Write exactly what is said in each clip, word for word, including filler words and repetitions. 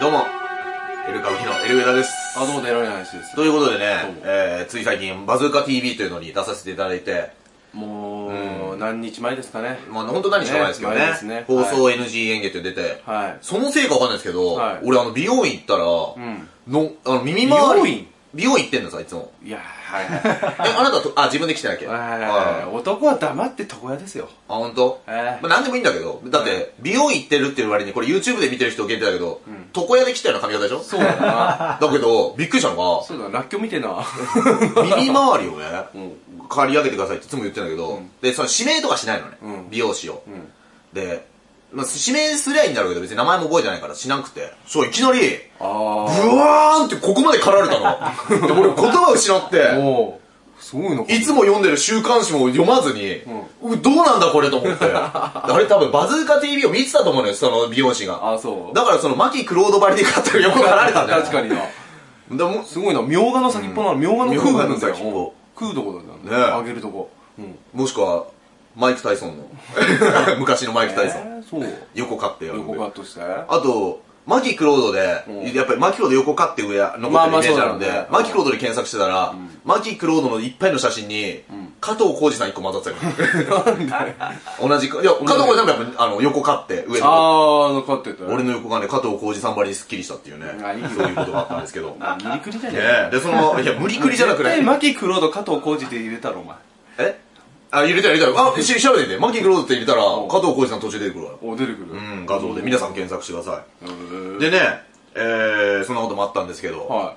どうも、エル歌舞伎のエルウェダです。 あ、どうも、デロリアンです。 ということでね、えー、つい最近、バズーカ ティーブイ というのに出させていただいて、 もう、うん、何日前ですかね。 まあ、ほんと何日か前ですけどね、ね放送 エヌジー 演芸って出て、はい、そのせいかわかんないですけど、はい、俺あの、美容院行ったら、うん、の、あの、耳周り、美容院美容院行ってんのさ、いつも。いや、はいはい。え、あなたと、あ、自分で来てなきゃ。 はいはい。男は黙って床屋ですよ。 あ、ほんと？えまあ、なんでもいいんだけど、だって、美容院行ってるっていう割に、これ YouTube で見てる人限定だけど、床屋で来たような髪型でしょ？そうだな。だけど、びっくりしたのが、 そうだ、らっきょう見てな。 耳周りをね、刈り上げてくださいっていつも言ってんだけど、で、その指名とかしないのね。美容師を。で、まあ、指名すりゃいいんだろうけど、別に名前も覚えてないからしなくて。そう、いきなり、ブワーンってここまで刈られたの。で、俺言葉失って、すごいのいつも読んでる週刊誌も読まずに、うん、どうなんだこれと思って。あれ多分バズーカ ティーブイ を見てたと思うのよ、その美容師が。あ、そう。だからその、マキクロード張りで買ったら横刈られたんだよ。 確かにな。でも、すごいな、みょうがの先っぽなの、みょうがの空がの先っぽ。食うとこだね。あげるとこ。 もしくは、マイク・タイソンの。昔のマイク・タイソン。えー、そう。横カッてやる。 横カットして。 あと、マキ・クロードで、うん、やっぱりマキ・クロード横カッて上残ってるイメージあるんで、まあまあね、マキ・クロードで検索してたら、うん、マキ・クロードのいっぱいの写真に、うん、加藤浩次さんいっこ混ざってたよ。同じか、いや、加藤浩次さんもやっぱあの横カッて上の。 あー、あのカッてた。 俺の横がね、加藤浩次さんばりにスッキリしたっていうね、そういうことがあったんですけど。 無理くりじゃねえ。で、その、いや、無理くりじゃなくない。 マキ・クロード、加藤浩次って入れたろ、お前。えあ、入れたら入れたら。あ、し、調べてみて。マキクロードって入れたら、加藤浩次さん途中出てくるわ。 お、出てくる。 うん、画像で。皆さん検索してください。でね、えー、そんなこともあったんですけど。はい。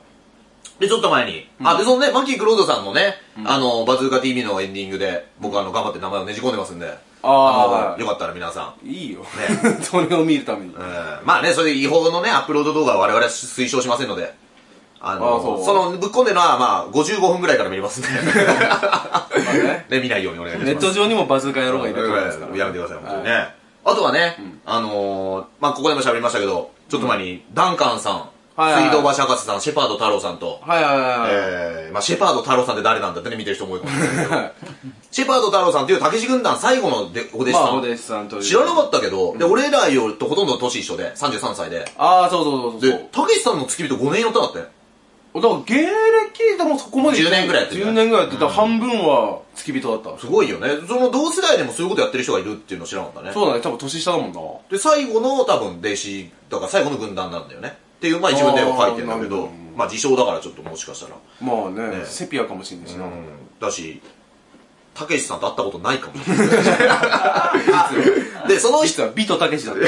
で、ちょっと前に。あ、で、そのね、マキクロードさんのね、あの、バズーカ ティーブイ のエンディングで、僕あの、頑張って名前をねじ込んでますんで。ああ、よかったら皆さん。 いいよ。ね。それを見るために。 まあね、それで違法のね、アップロード動画は我々は推奨しませんので。あの、その、ぶっ込んでるのは、まあ、ごじゅうごふんぐらいから見れますんで。ね、見ないようにお願いします。 ネット上にもバズーカ野郎がいると思いますから。 やめてください、本当にね。あとはね、あの、まあ、ここでも喋りましたけど、ちょっと前に、ダンカンさん、水道橋博士さん、シェパード太郎さんと、はいはいはい。えー、まあ、シェパード太郎さんって誰なんだってね、見てる人も多いかもしれないけど、シェパード太郎さんっていうたけし軍団最後のお弟子さん。お弟子さんという。知らなかったけど、で、俺らよとほとんど年一緒で、さんじゅうさんさいで。 ああ、そうそうそうそう。 で、たけしさんの付き人ごねんやったんだって。 だから芸歴でもそこまでじゅうねんぐらいやってる。じゅうねんぐらいやってた。半分は付き人だった。 すごいよね。その同世代でもそういうことやってる人がいるっていうの知らなかったね。 そうだね。多分年下だもんな。 で、最後の多分弟子、だから最後の軍団なんだよね。っていう、まあ自分では書いてるんだけど、まあ自称だからちょっともしかしたら。 まあね、セピアかもしれないしな。 だし、たけしさんと会ったことないかもしれない。で、その人はビトたけしだった。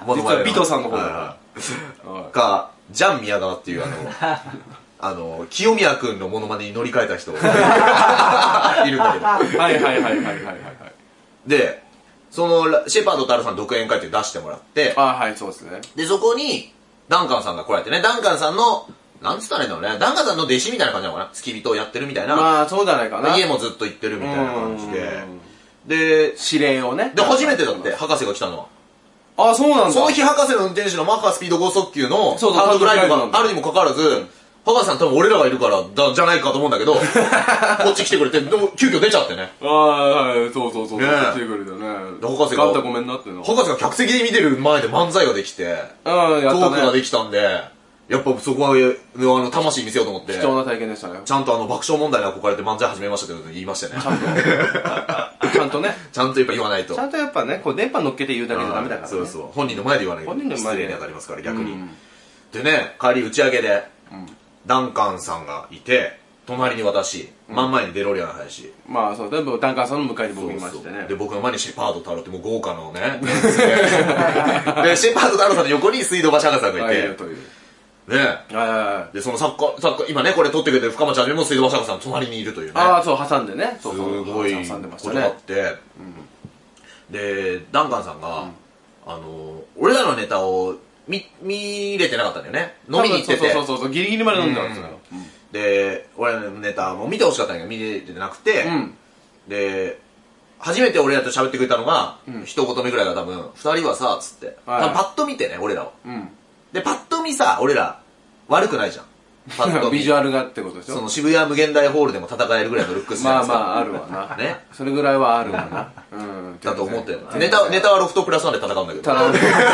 実はビトさんの方だ。 か、ジャン宮川っていうあの、あの、清宮くんのモノマネに乗り換えた人いるんだけど。 はいはいはいはいはいはい。 で、その、シェパード太郎さん独演会って出してもらって、 あはい、そうですね。 で、そこに、ダンカンさんが来られてね、ダンカンさんの、なんつったらいいんだろうね、ダンカンさんの弟子みたいな感じなのかな、付き人をやってるみたいな。 まあ、そうじゃないかな。 家もずっと行ってるみたいな感じで、で、 指令をね。 で、初めてだって、博士が来たのは。 あ、そうなんだ。 その日博士の運転手のマッハスピード剛速球の単独ライブがあるにもかかわらず、博士さん多分俺らがいるからだじゃないかと思うんだけど、こっち来てくれて、でも急遽出ちゃってね。 ああ、はい、そうそうそう。来てくれたね。 博士が、 ごめんなっての。 博士が客席で見てる前で漫才ができて、トークができたんで、やっぱそこは、あの、魂見せようと思って。 貴重な体験でしたね。 ちゃんとあの、爆笑問題に憧れて漫才始めましたって言いましたね。 ちゃんと。ちゃんとね。 ちゃんとやっぱ言わないと。 ちゃんとやっぱね、こう電波乗っけて言うだけじゃダメだからね。 そうそう。本人の前で言わないと。本人の前で失礼に当たりますから、逆に。でね、帰り打ち上げで、ダンカンさんがいて、隣に私、真ん前にデロリアン林。 まあそう、でもダンカンさんの迎えに僕いましてね。 で、僕の前にシェパード太郎ってもう豪華のね、で、シェパード太郎さんの横に水道橋博士さんがいて、ねえ。で、その作家、作家、今ね、これ撮ってくれてる深町はじめも水道橋博士さん隣にいるというね。 ああ、そう、挟んでね。 すごいことがあって、で、ダンカンさんが、あの、俺らのネタを見、見れてなかったんだよね。飲みに行ってて。 そうそうそう、ギリギリまで飲んでたんですよ。 で、俺らのネタも見てほしかったんだけど、見れてなくて、で、初めて俺らと喋ってくれたのが、一言目ぐらいが多分、二人はさ、つって、パッと見てね、俺らを。で、パッと見さ、俺ら、悪くないじゃん。 パッと見ビジュアルがってことでしょ。 その渋谷無限大ホールでも戦えるぐらいのルックスじゃないですか。 まあまあ、あるわな。 ね。 それぐらいはあるわな。うん。 だと思ってる。ネタ、ネタはロフトプラスワンで戦うんだけど。 ただ、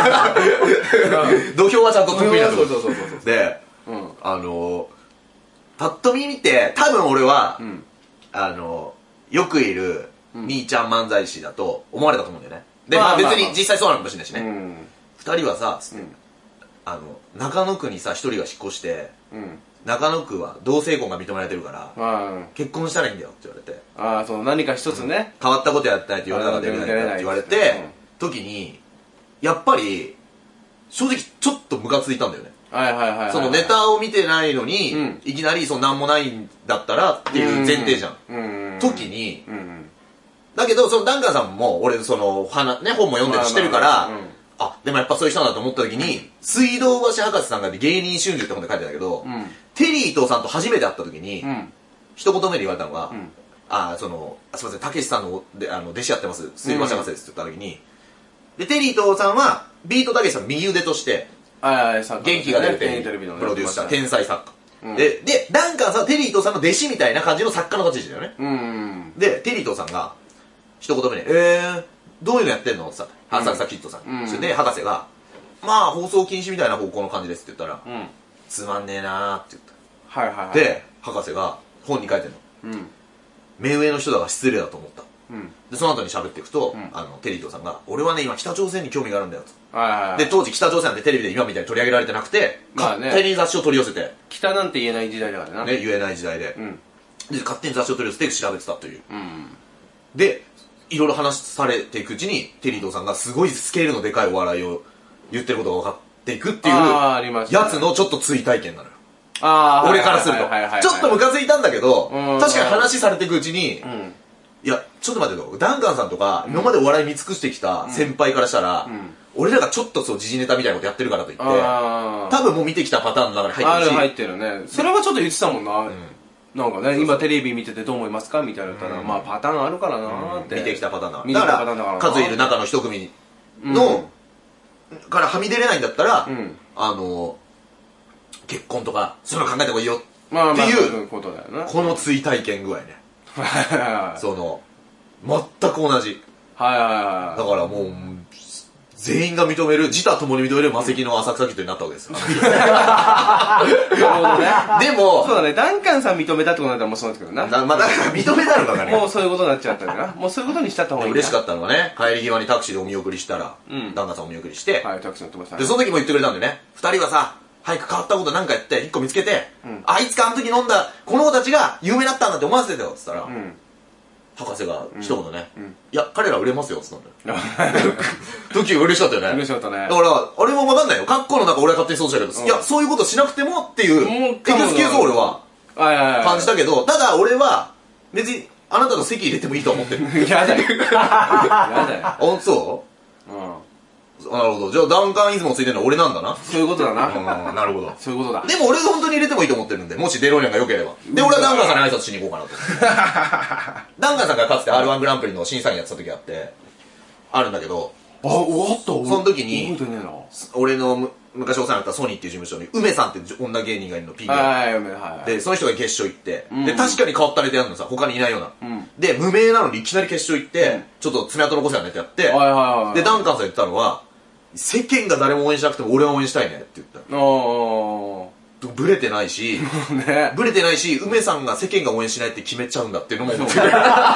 土俵はちゃんと得意なとこそうそうそうそう。 で、 うん。 あの、パッと見見て、多分俺は、 うん。 あの、よくいる、兄ちゃん漫才師だと思われたと思うんだよね。で、まあ別まあまあまあに実際そうなのかもしれないしね。 うん。 二人はさ、つってうん。 あの、中野区にさ、一人が引っ越して、 うん。 中野区は同性婚が認められてるから、 ま結婚したらいいんだよって言われて、 あ、ああ、その何か一つね。 変わったことやったいって言われなかったらできないって言われて、時に、やっぱり、正直ちょっとムカついたんだよね。 はいはいはいはい。 そのネタを見てないのに、 うんいきなりそのなんもないんだったらっていう前提じゃん。 うんうん。 時に、 うんうん。 だけど、そのダンカンさんも、俺、その、花、ね、本も読んでる知ってるから、 まあまあまあうんあ、でもやっぱそういう人なんだと思った時に、水道橋博士さんが芸人春秋って本で書いてたけど、 うんテリー伊藤さんと初めて会った時に、 うん。 一言目で言われたのが、 んあ、その、あすいません、たけしさんのであの弟子やってます、水道橋博士ですって言った時に、で、テリー伊藤さんは、ビートたけしさんの右腕として、 はいはい、作家元気が出るテテレレビビのねプロデュースした天才作家。 うんで、で、ダンカンさんはテリー伊藤さんの弟子みたいな感じの作家の立ち位置だよね。 うんうん。 で、テリー伊藤さんが、一言目に、えー、どういうのやってんのって言ったら、 うん浅草キッドさんに。 うんそれで、博士が、まあ、放送禁止みたいな方向の感じですって言ったら、 うん。 つまんねえなーって言った。 はいはいはい。、 で、博士が本に書いてるの。 うん。 目上の人だが失礼だと思った。 うん。 で、その後に喋っていくと、 んあの、テリー伊藤さんが、俺はね、今北朝鮮に興味があるんだよと。 はいはいはい。 で、当時北朝鮮なんてテレビで今みたいに取り上げられてなくて、 まあね勝手に雑誌を取り寄せて、 北なんて言えない時代だからな。 ね、言えない時代で、 うん。 で、勝手に雑誌を取り寄せて調べてたという。 うん。 で、いろいろ話されていくうちに、テリー伊藤さんがすごいスケールのでかいお笑いを言ってることが分かっていくっていう、 あーありましたねやつのちょっと追体験なのよ。 ああ、 俺からすると。ちょっとムカついたんだけど、 うん確かに話されていくうちに、 うん。 いや、ちょっと待ってよ、ダンカンさんとか、今までお笑い見尽くしてきた先輩からしたら、 ん俺らがちょっとそう時事ネタみたいなことやってるからといって、 あ多分もう見てきたパターンの中にあ。ある入ってるし、 入ってるね。それはちょっと言ってたもんな。なんかね、今テレビ見ててどう思いますかみたいなの言ったら、まあパターンあるからなーって。 見てきたパターンだから。 見てきただから、 パターンだからな。 数いる中の一組の、からはみ出れないんだったら、 うんあの、結婚とか、そういうの考えた方がいいよ。 まあまあ、 っていうそういうことだよな。 この追体験具合ね。 はいその、全く同じ。 はいはい。 だからもう、全員が認める、自他共に認める魔石の浅草キッドになったわけですよ。 なるほどね。 でも、 そうだね、ダンカンさん認めたってことだったらもうそうなんですけどな。 だまあ、だから認めたのかがね。 もうそういうことになっちゃったんだな。もうそういうことにしちゃった方がいいな。 嬉しかったのがね、帰り際にタクシーでお見送りしたら、 うんダンカさんお見送りして、 はい、タクシー乗ってましたね。 で、その時も言ってくれたんでね、二人はさ、早く変わったことなんかやって、一個見つけて、 うんあいつかあの時飲んだ、この子たちが有名だったんだって思わせてたよ、つったら、 うん。 博士が一言ね、 うんいや、彼ら売れますよ、つったんだよ。時が嬉しかったよね。 嬉しかったねだから、あれもわかんないよ。カッコの中俺は勝手にそうしたけど、いや、そういうことしなくてもっていう、 もうエクスキューズを俺ははいはいはい。 感じたけど、ただ俺は、別に、あなたの席入れてもいいと思ってる。 やだよ。やだよ。 あ、ほんとそううん。 あなるほど。じゃあ、ダンカンイズムをついてるのは俺なんだな。 そういうことだな。 うん、なるほど。 そういうことだ。 でも俺が本当に入れてもいいと思ってるんで、もしデロリアンが良ければ。で、俺はダンカンさんに挨拶しに行こうかなと。ダンカンさんがかつて アールワン グランプリの審査員やってた時があって、あるんだけど、 あ、終わったそその時に覚えてねえな。 俺のむ昔お世話になったソニーっていう事務所に、梅さんって女芸人がいるの、ピン芸人。 はい、はい。 で、その人が決勝行って、 んで、確かに変わったネタやるのさ、他にいないような。 うんで、無名なのにいきなり決勝行って、ちょっと爪痕残せようなネタやって、 はいはいはい。 で、ダンカンさん言ったのは、世間が誰も応援しなくても俺は応援したいねって言ったの。 おブレてないし、 ー。ね。 ブレてないし、梅さんが世間が応援しないって決めちゃうんだっていうのも思ってる。 そう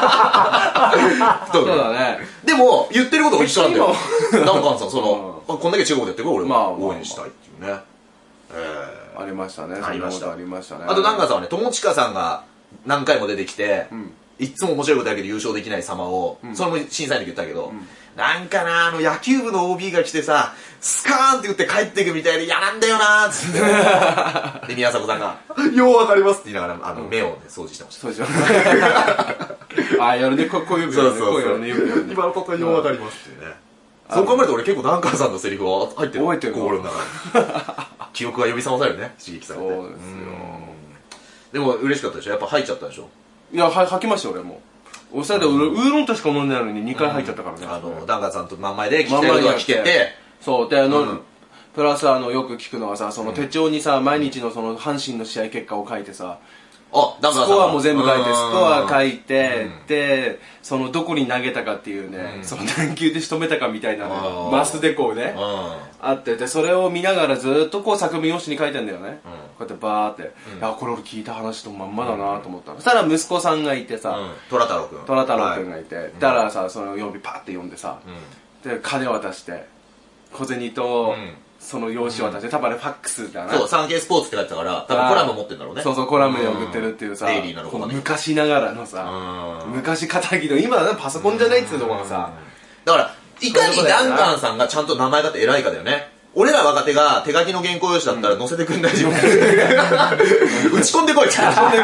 そうだね。 でも、言ってることが一緒なんだよ。 今ダンカンさん、その、あこんだけ違うことやってるから俺まあは応援したいっていうね。えーありましたね。 ありましたそんなことありましたね。 あと、ダンカンさんはね、友近さんが何回も出てきて、 んいっつも面白いことやるけど優勝できない様を、それも審査員の時言ったけど、なんかな、あの野球部の オービー が来てさ、スカーンって言って帰っていくみたいで嫌なんだよなーっつって。で、宮迫さんが、ようわかりますって言いながら、あの、目をね、掃除してました。 そうでしょ。あ、やるね、ここういうそうそうそうこういうのね、よくやるね。 今のことはようわかりますっていうね。そう考えると俺結構ダンカンさんのセリフは入ってる。 覚えてるの心の中に。記憶が呼び覚まされるね、刺激されて。 そうですよ。 でも嬉しかったでしょやっぱ入っちゃったでしょいや、は吐きました俺も。おさでウーロン茶しか飲んでないのににかい入っちゃったからね。 あの、ダンカンさんと真ん前で聞きたいことが聞けて、 そう、で、あの、 プラスあのよく聞くのはさ、その手帳にさ、毎日のその阪神の試合結果を書いてさ、 あ、だからスコアも全部書いて、スコア書いて、 うんで、そのどこに投げたかっていうね、 うんその何球で仕留めたかみたいなあーマスでこうね、 うあって、で、それを見ながらずっとこう作文用紙に書いてんだよね。 うんこうやってバーって、いや、これ俺聞いた話とまんまだなと思ったの。そしたら息子さんがいてさ、 ん。虎太郎くん。 虎太郎くんがはいて、だからさ、その曜日パーって読んでさ、で、金渡して、小銭とうん、 その用紙渡して、多分あれファックスだな。 そう、サンケイスポーツって書いてたから、多分コラム持ってんだろうね。 そうそう、コラムで送ってるっていうさ、 デイリーなのかこうね。 昔ながらのさ、 うん昔仇の、今はねパソコンじゃないっつうところがさ、 だから、いかにダンカンさんがちゃんと名前がって偉いかだよね。俺ら若手が手書きの原稿用紙だったら載せてくんないじゃん。打ち込んでこいって。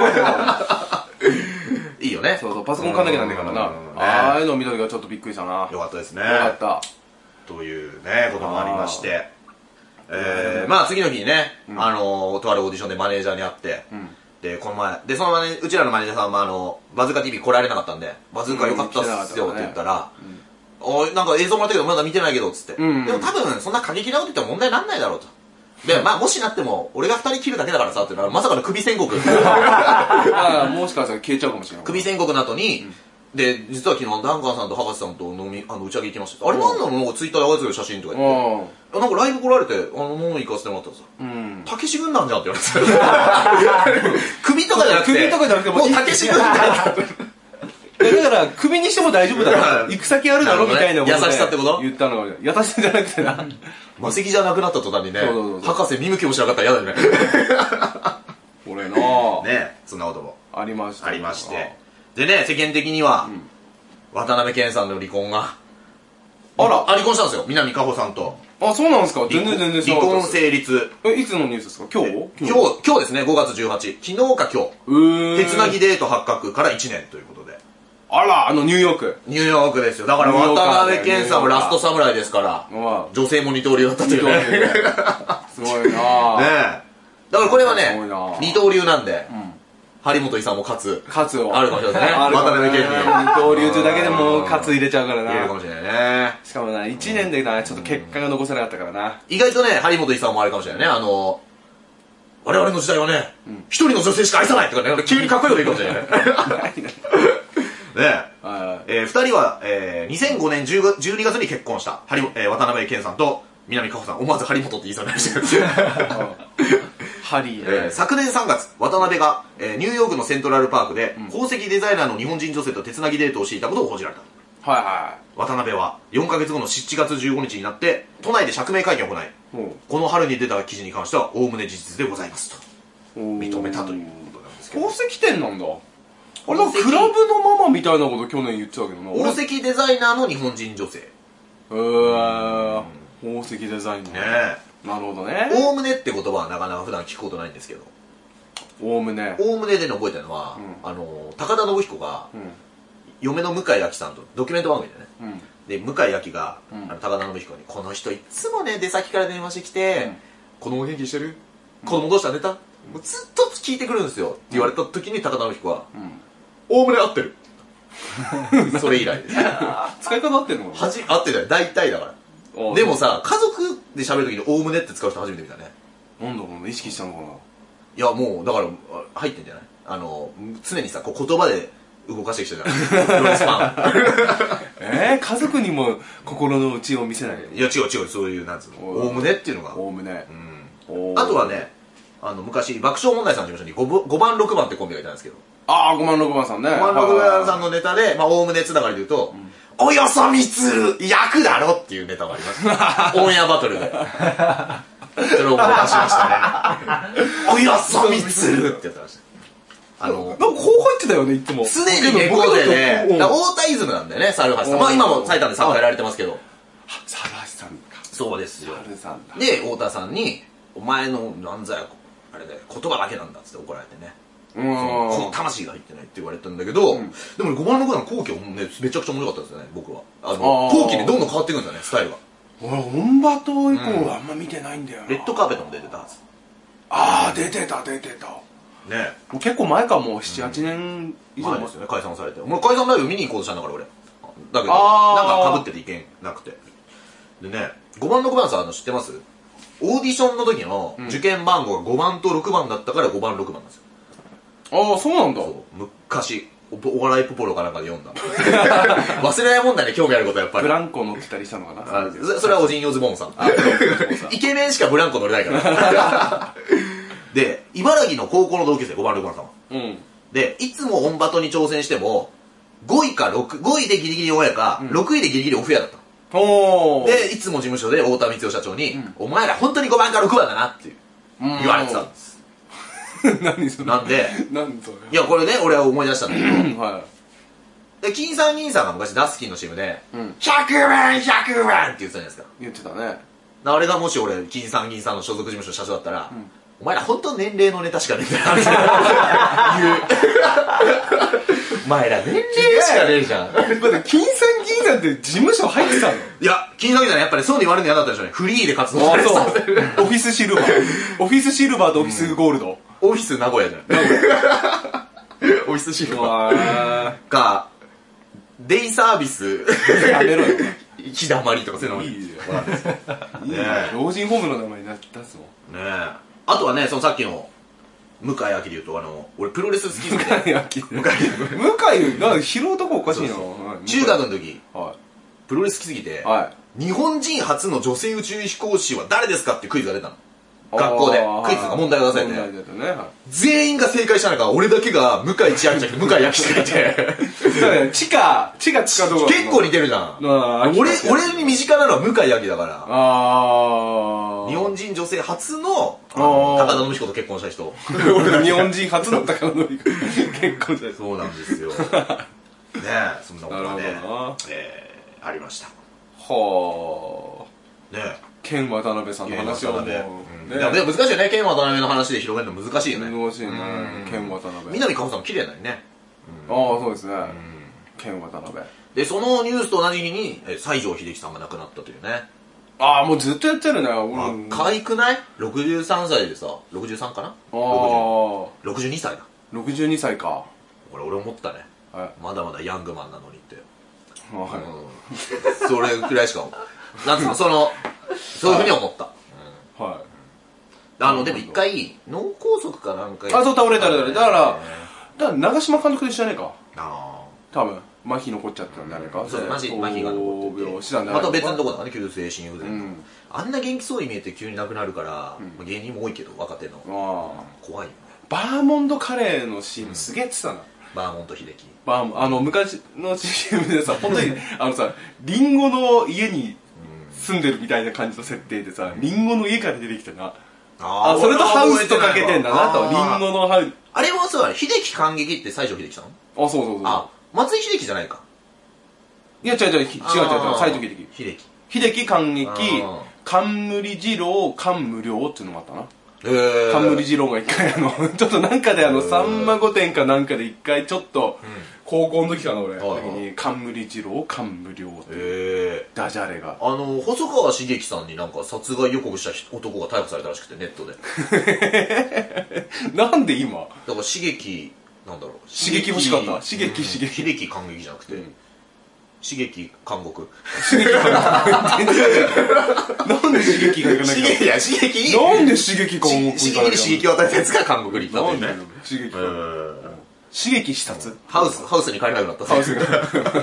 いいよね。 そうそう、パソコン買んなきゃなんねえからな。 うんああいうのを見た時はちょっとびっくりしたな。 よかったですね。 よかった。 というね、こともありまして。えー、まあ次の日にね、あの、とあるオーディションでマネージャーに会って、で、この前、で、そのマネ、うちらのマネージャーさんもあの、バズーカ ティーブイ来られなかったんで、バズーカよかったっすよって言ったら、おい、なんか映像もらったけどまだ見てないけど、つって。でんも多分、そんな過激なこと言っても問題なんないだろうと。で、まあもしなっても、俺が二人切るだけだからさ、っていうのは、まさかの首宣告。 ああ、もしかしたら消えちゃうかもしれない。 首宣告の後に、で、実は昨日、ダンカンさんと博士さんと飲み、あの、打ち上げ行きました。あれなんなのツイッターで上がってる写真とか言って。 うなんかライブ来られて、あの、飲み行かせてもらったらさ、 ん。 たけし軍団じゃんって言われて。首とかじゃなくて、 首とかじゃなくてもうたけし軍団。 だから、首にしても大丈夫だろ。行く先あるだろみたいなことで優しさってこと言ったのが、優しさじゃなくてな。 魔石じゃなくなった途端にねそうそうそう、そう博士見向きもしなかったら嫌だよね。 俺なね、そんなこともありました。 ありまして。でね、世間的には、渡辺謙さんの離婚が、 あらあ、離婚したんですよ。南果歩さんと。 あ、そうなんですか全然全然知ら離婚なかったです成立。 え、いつのニュースですか今日今日、今日ですね、ごがつじゅうはち。昨日か今日。 うーん。 手つなぎデート発覚からいちねんということで。 あら、あのニューヨーク。 ニューヨークですよ。だからニューヨーカー渡辺謙さんもラスト侍ですから、 ま女性も二刀流だったというね。ねすごいなぁ。 え。だからこれはすねごいな、 二刀流なんで、張本勲も勝つ。 勝つを。 あるかもしれないですねあるかも渡辺謙に二刀流というだけでもう勝つ入れちゃうからな。 言えるかもしれないね。 しかもな、いちねんでな、ちょっと結果が残せなかったからな。 意外とね、張本勲もあれかもしれないね。あの、我々の時代はね、一人の女性しか愛さないとかね、急にかっこいいこと言うかもしれないね。ねはえー、二人は、えー、にせんごねんじゅうにがつに結婚した、張本えー、渡辺謙さんと南果歩さん。思わず張本って言いそうになりましたけど。 ハリーえーね。 昨年さんがつ、渡辺が、えーニューヨークのセントラルパークで、宝石デザイナーの日本人女性と手つなぎデートをしていたことを報じられた。 はいは渡辺はよんかげつごのしちがつじゅうごにちになって都内で釈明会見を行い、 い。もこの春に出た記事に関してはおおむね事実でございますとう、 認めたということなんですけど、 宝石店なんだ。あれなんかクラブのママみたいなこと去年言ってたけどな。 宝石デザイナーの日本人女性ねうーん。宝石デザインね。 えなるほどね。 おおむねって言葉はなかなか普段聞くことないんですけど、 おおむね。 おおむねでの覚えてるのは、あの高田信彦が、 うん。 嫁の向井亜紀さんとドキュメント番組でね、 うん。 で向井亜紀が、 うんあの高田信彦に「この人いつもね出先から電話してきて、子供元気してる子供どうした寝た?」もうずっと聞いてくるんですよって言われた時に高田信彦は「おおむね合ってる」それ以来です使い方合ってんのはじ合ってない大体だからでもさ家族で喋る時に「おおむね」って使う人初めて見たね。 なんだろうね、意識したのかないやもうだからあ入ってんじゃない、あの常にさこう言葉で動かしてきたじゃんロレスパンえー、家族にも心の内を見せないいや違う違う、そういうなんつうのおおむねっていうのが、 おおむねう。ん、 おーあとはね、あの昔爆笑問題さんの事務所に 5, ごばんろくばんってコンビがいたんですけど、 ああ、ごまんろくばんさんね。 ごばんろくばんさんのネタで、まあおおむねつながりで言うと、およそみつる役だろっていうネタがありますオンエアバトルでそれを思い出しましたねおよそみつるってやってました。あのなんかこう入ってたよね、いつも。 常にレコーデで、 うんだから太田イズムなんだよね、猿橋さん。まあ今も埼玉でサッカーやられてますけど。 サラシさんか。 そうですよ。 サルさんだ。 で、太田さんに、お前のなんざや、あれで、言葉だけなんだっつって怒られてね。 うこのん。 魂が入ってないって言われたんだけど、 んでもね、ごばんろくばん後期はね、めちゃくちゃ面白かったですよね、僕は。あの、 あー後期でどんどん変わっていくんですよね、スタイルが。 俺、本場と以降はあんま見てないんだよな。 レッドカーペットも出てたはず。 ああ、出てた、出てた。 ねもう結構前か、もうなな、はちねん以上前前ですよね、解散されて。もう解散ライブ見に行こうとしたんだから、俺。だけど、 あーなんか被ってていけなくて。でね、ごばんろくばんさん、あの、知ってますオーディションの時の受験番号がごばんとろくばんだったからごばんろくばんなんですよ。 ああ、そうなんだ。 そう昔おお笑いポポロかなんかで読んだ忘れないもんだね、興味あることやっぱり。 ブランコ乗ってたりしたのかな。 あそれはオジンヨズボンさんイケメンしかブランコ乗れないからで茨城の高校の同級生ごばんろくばんさんは、うん、でいつもオンバトに挑戦してもごいかろく、ごいでギリギリオンエアか、うん、ろくいでギリギリオフエアだった。おでいつも事務所で太田光代社長に、うん、お前ら本当にごばんかろくばんだなって言われてたんです。 何それなんで何それいやこれね俺は思い出したんだけど、はい、で金さん銀さんが昔ダスキンの シーエム で、うん、ひゃくまんひゃくまんって言ってたじゃないですか。 言ってたね。 あれがもし俺金さん銀さんの所属事務所の社長だったら、うん、お前ら本当年齢のネタしかねえんだよって言うお前ら年齢しかねえじゃん。 だって金さん銀さんって事務所入ってたの？ いや金さん銀さんやっぱりそうに言われるの嫌だったでしょうね。フリーで活動してる。 そうオフィスシルバーオフィスシルバーとオフィスゴールド、うん、 オフィス名古屋じゃんオフィスシルバーかデイサービスやめろよ日だまりとかそういうのもいいよ老人ホームの名前に出すもんねえ。あとはねそのさっきの向井明で言うとあの俺プロレス好きすぎて向井明向井なんか拾うとこおかしいな。 中学の時、はい、プロレス好きすぎて、はい、日本人初の女性宇宙飛行士は誰ですかってクイズが出たの。学校でクイズが問題が出されて、ねはい、全員が正解したのか俺だけが向井千秋じゃなくて向井明って書いて地下地下地下とか結構似てるじゃん。俺俺に身近なのは向井明だから。あ日本人女性初の高田信彦と結婚した人日本人初の高田信彦結婚した人そうなんですよねえそんなことがね、えー、ありました。 はあねえケン渡辺さんの話をもう、ね、 いや難しいよね。ケン渡辺の話で広げるの難しいよね。 難しいね。ケン渡辺南果歩さんも綺麗だよね。 ああそうですね。ケン渡辺でそのニュースと同じ日に西城秀樹さんが亡くなったというね。 ああもうずっとやってるね。 可愛くない？ろくじゅうさんさいでさろくじゅうさんかな。ああろくじゅうにさいだ。 ろくじゅうにさいか。 これ俺思ったね、はい、まだまだヤングマンなのにって、 はいうん、それくらいしかなんつうのそのそういうふうに思った。はい。はい、あのでも一回脳梗塞かなんか。 あそう倒れたらだからだから長嶋監督で知らねえか。ああ。多分麻痺残っちゃったんじゃないか。 そう麻痺麻痺が残ってて。また別のとこだからね急性心不全。あんな元気そうに見えて急に亡くなるから、芸人も多いけど若手の。怖いよね。 バーモンドカレーのシーンすげえってたな。 バーモント秀樹。 バーあの昔の シーエム でさ本当にあのさリンゴの家に住んでるみたいな感じの設定でさ、リンゴの家から出てきたな。ああ、それとハウスとかけてんだなと。リンゴのハウス。 あれもそうだね。秀樹感激って西城秀樹さん？ あ、そうそうそう。 あ、松井秀樹じゃないか。 いや違う違う、違う違う違う、西城秀樹。 秀樹。 秀樹感激、冠二郎、冠無量っていうのもあったな。へえ。冠二郎が一回あの、ちょっとなんかであの、さんま御殿かなんかで一回ちょっと、高校の時かな俺、時に冠二郎冠無量っていうダジャレが。 あの細川茂樹さんになんか殺害予告した男が逮捕されたらしくてネットでなんで今だから茂樹なんだろう刺激欲しかった刺激刺激秀樹感激じゃなくて、うん、刺激監獄刺激監獄なんで刺激がいかないか刺激いや刺激になんで刺激監獄刺激に刺激を与えたやつが監獄に行ったんだよね。 刺激刺激視察ハウスハウスに帰れなくなったハウスがね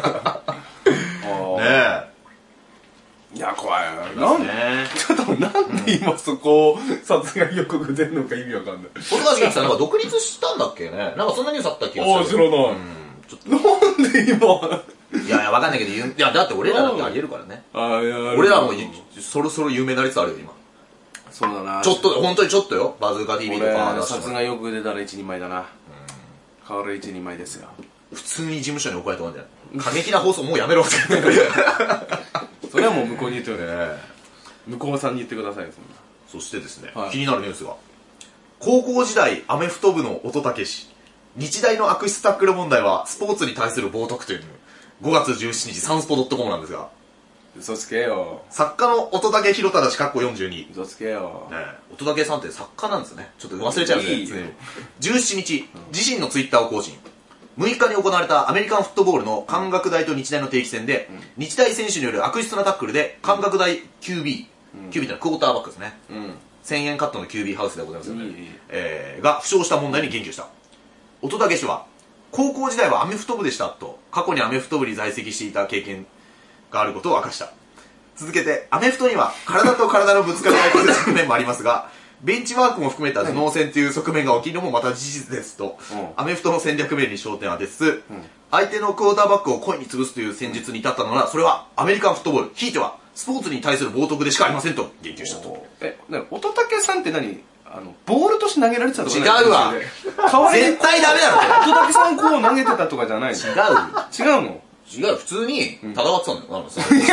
えいや怖いななんちょっとなんで今そこ殺害予告出るのか意味わかんない。 細川茂樹さんなんか独立したんだっけね。なんかそんなニュースあった気がする。 ああ知らない、うん、ちょっとなんで今いやいやわかんないけどいやだって俺らだってありえるからね。あいや俺らもそろそろ有名な率あるよ今。 そうだなちょっと本当にちょっとよバズーカ ティービー とか殺害予告出たら一人前だな。変わる一人前ですよ。 普通に事務所に怒られたんじゃない過激な放送もうやめろってそれはもう向こうに言ってくれ、ね、向こうさんに言ってくださいよそんな。 そしてですね、はい、気になるニュースが高校時代アメフト部の乙武氏日大の悪質タックル問題はスポーツに対する冒涜というごがつじゅうしちにちサンスポ .com なんですが嘘つけよ。 作家の乙武宏忠氏かっこよんじゅうに嘘つけよ、 ね、乙武さんって作家なんですね。ちょっと忘れちゃうんですね。じゅうしちにち、うん、自身のツイッターを更新。むいかに行われたアメリカンフットボールの関学大と日大の定期戦で、うん、日大選手による悪質なタックルで関学大 キュービーキュービーってのはクォーターバックですね。うん、せんえんカットのキュービーハウスでございますよね。えー、が負傷した問題に言及した。乙武氏は、高校時代はアメフト部でしたと、過去にアメフト部に在籍していた経験があることを明かした。続けて、アメフトには体と体のぶつかり合いという側面もありますが、ベンチワークも含めた頭脳戦という側面が起きるのもまた事実ですと、うん、アメフトの戦略面に焦点を当てつつ、うん、相手のクォーターバックを故意に潰すという戦術に至ったのなら、それはアメリカンフットボール、ひいてはスポーツに対する冒涜でしかありませんと言及したと。 え、乙武さんって何あの、ボールとして投げられてたとか違うわ。絶対ダメだろ。 乙武さんこう投げてたとかじゃないの？ 違う。 違うの？ 違う、普通に戦ってたんだよ。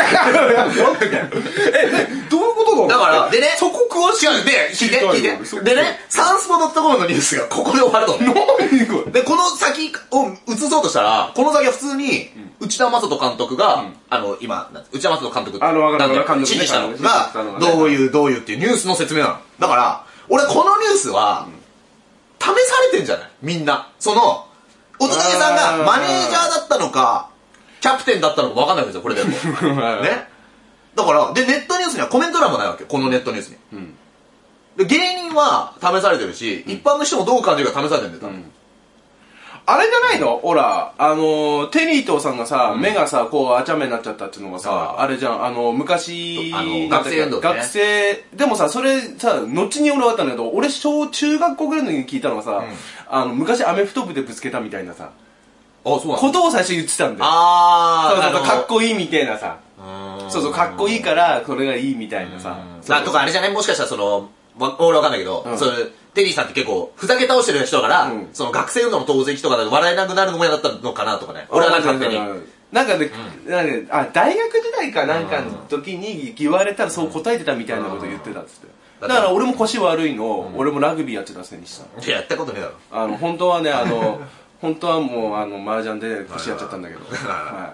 え、どういうことだだから、でね、 そこ詳しい。 違う、で、聞いて、聞いて。でね、サンスポ .com のニュースがここで終わると。で、この先を移そうとしたら、この先は普通に、内田正人監督が、あの、今、内田正人監督あの、わかるわかる。 指示したのが、どういう、どういうっていうニュースの説明なの。だから、俺このニュースは、試されてんじゃないみんな。その、乙武さんがマネージャーだったのか、キャプテンだったのか分かんないわけですよ、これでも。ね。だから、で、ネットニュースにはコメント欄もないわけよ、このネットニュースに。うん、で、芸人は試されてるし、うん、一般の人もどう感じるか試されてるんだよ、多分。 あれじゃないのほら、あの、テリートさんがさ、うん、目がさ、こう、あちゃめになっちゃったっていうのがさ、あれじゃん、あの、昔、 あの、学生運動、ね、 学生、でもさ、それさ、後に俺分かったんだけど、俺、小中学校ぐらいの時に聞いたのがさ、うん、あの、昔アメフト部でぶつけたみたいなさ、あ、そうなのことを最初言ってたんだよ。あー。そうそうそう、かっこいいみたいなさ。そうそう、かっこいいから、これがいいみたいなさ。 あ、とかあれじゃないもしかしたらその、俺わかんないけど、それ、テリーさんって結構、ふざけ倒してる人だから、その学生運動の投石とかで笑えなくなるのも嫌だったのかなとかね。俺はなんか勝手に。 なんかね、なんか、あ、大学時代かなんかの時に言われたらそう答えてたみたいなこと言ってたっつって。だから俺も腰悪いの、俺もラグビーやってたせいにした。 いや、やったことねえだろ。 あの、本当はね、あの、本当はもうあの麻雀で腰やっちゃったんだけど、はい、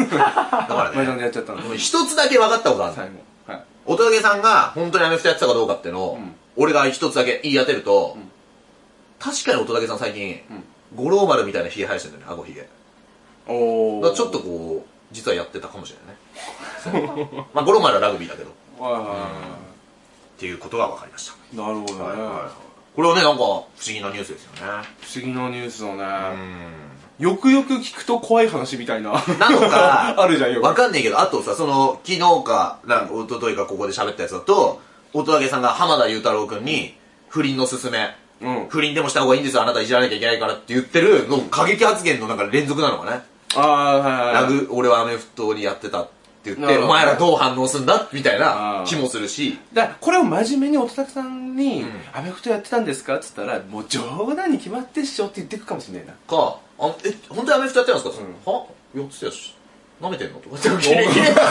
だからね麻雀でやっちゃったんだ。 一つだけ分かったことある。はい、乙武さんが本当にアメフトやってたかどうかっていうのを、うん、俺が一つだけ言い当てると、うん、確かに乙武さん最近、うん、五郎丸みたいなヒゲ生やしてるんだよね、顎ヒゲ。おー。ちょっとこう実はやってたかもしれないね。まあ五郎丸はラグビーだけど、っていうことが分かりました。 なるほどね。はいはい、 これはね、なんか不思議なニュースですよね。 不思議なニュースだね。よくよく聞くと怖い話みたいな。 なのか、 あるじゃんよ。 わかんないけど、あとさ、その、昨日か、なんか、おとといかここで喋ったやつだと、乙武さんが浜田雄太郎くんに、不倫の勧め、うん、不倫でもした方がいいんですよ、あなたいじらなきゃいけないからって言ってるの、過激発言のなんか連続なのかね。ああ、はいはい。ラグ、俺はアメフトにやってた。って言って、お前らどう反応するんだみたいな気もするし。 だから、これを真面目に乙武さんに、うん、アメフトやってたんですかって言ったら、もう冗談に決まってっしょって言ってくかもしれないな。 か、あ、え、本当にアメフトやってるんですか、うん、はやってたよし。舐めてんのとかって。できね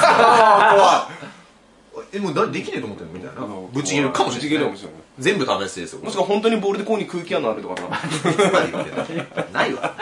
え。え、もう何できねえと思ってんのみたいな。ぶち切れるかもしれない。全部試してですよ。 もしくは本当にボールでこうに空気穴あるとかな。 ないわ。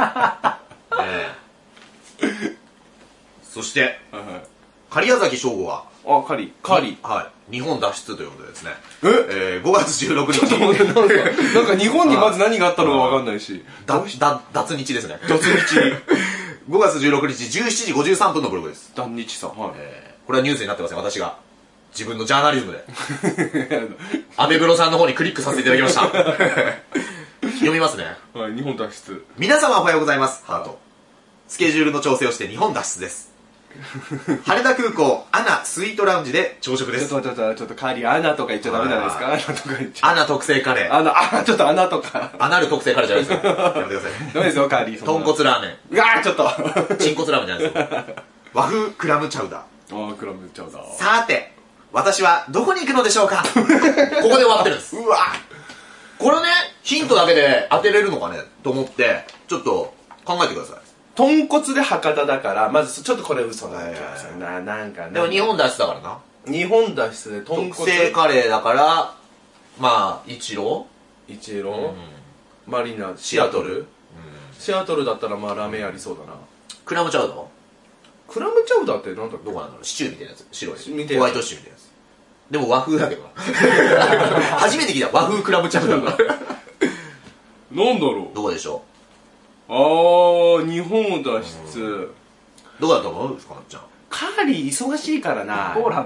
そして、狩矢崎省吾は、 あ、狩狩はい。日本脱出ということでですね。 ええー、ごがつじゅうろくにち。 ちょっと待って、なんか、なんか日本にまず何があったのかわかんないし。 だ、だ、脱日ですね。 脱日。 ごがつじゅうろくにちじゅうしちじごじゅうさんぷんのブログです。 脱日さん。はい。 えー、これはニュースになってません、私が。自分のジャーナリズムで。アメブロさんの方にクリックさせていただきました。読みますね。 はい、日本脱出。 皆様おはようございます。ハート。スケジュールの調整をして日本脱出です。羽田空港アナスイートラウンジで朝食です。 ちょっとちょっとちょっとカーリーアナとか言っちゃダメじゃないですか。アナとか言っちゃアナ特製カレー。 アナ、あ、ちょっとアナとか。 アナル特製カレーじゃないですか。やめてください。 ダメですよ、カーリー。 豚骨ラーメン。 うわー、ちょっと。 チンコツラーメンじゃないですよ。和風クラムチャウダー。ああ、クラムチャウダー。 さて、私はどこに行くのでしょうか。ここで終わってるんです。 うわこれね、ヒントだけで当てれるのかねと思って、ちょっと考えてください。 豚骨で博多だから、まずちょっとこれ嘘だよ。な、なんかね。 でも日本脱出だからな。 日本脱出で豚骨。特製カレーだから、まあ、イチローイチロー、うん、マリナ、シアトル、うん、シアトルだったらまあラーメンありそうだな。 クラムチャウダークラムチャウダーってなんだっけ。 どこなんだろう。シチューみたいなやつ。白い。ホワイトシチューみたいなやつ。でも和風だけどな。初めて聞いた。和風クラムチャウダー。 なんだろう。 どこでしょう。 あー、日本脱出。 どこだと思うかなっちゃん。 カーリー忙しいからな。 ポーランド。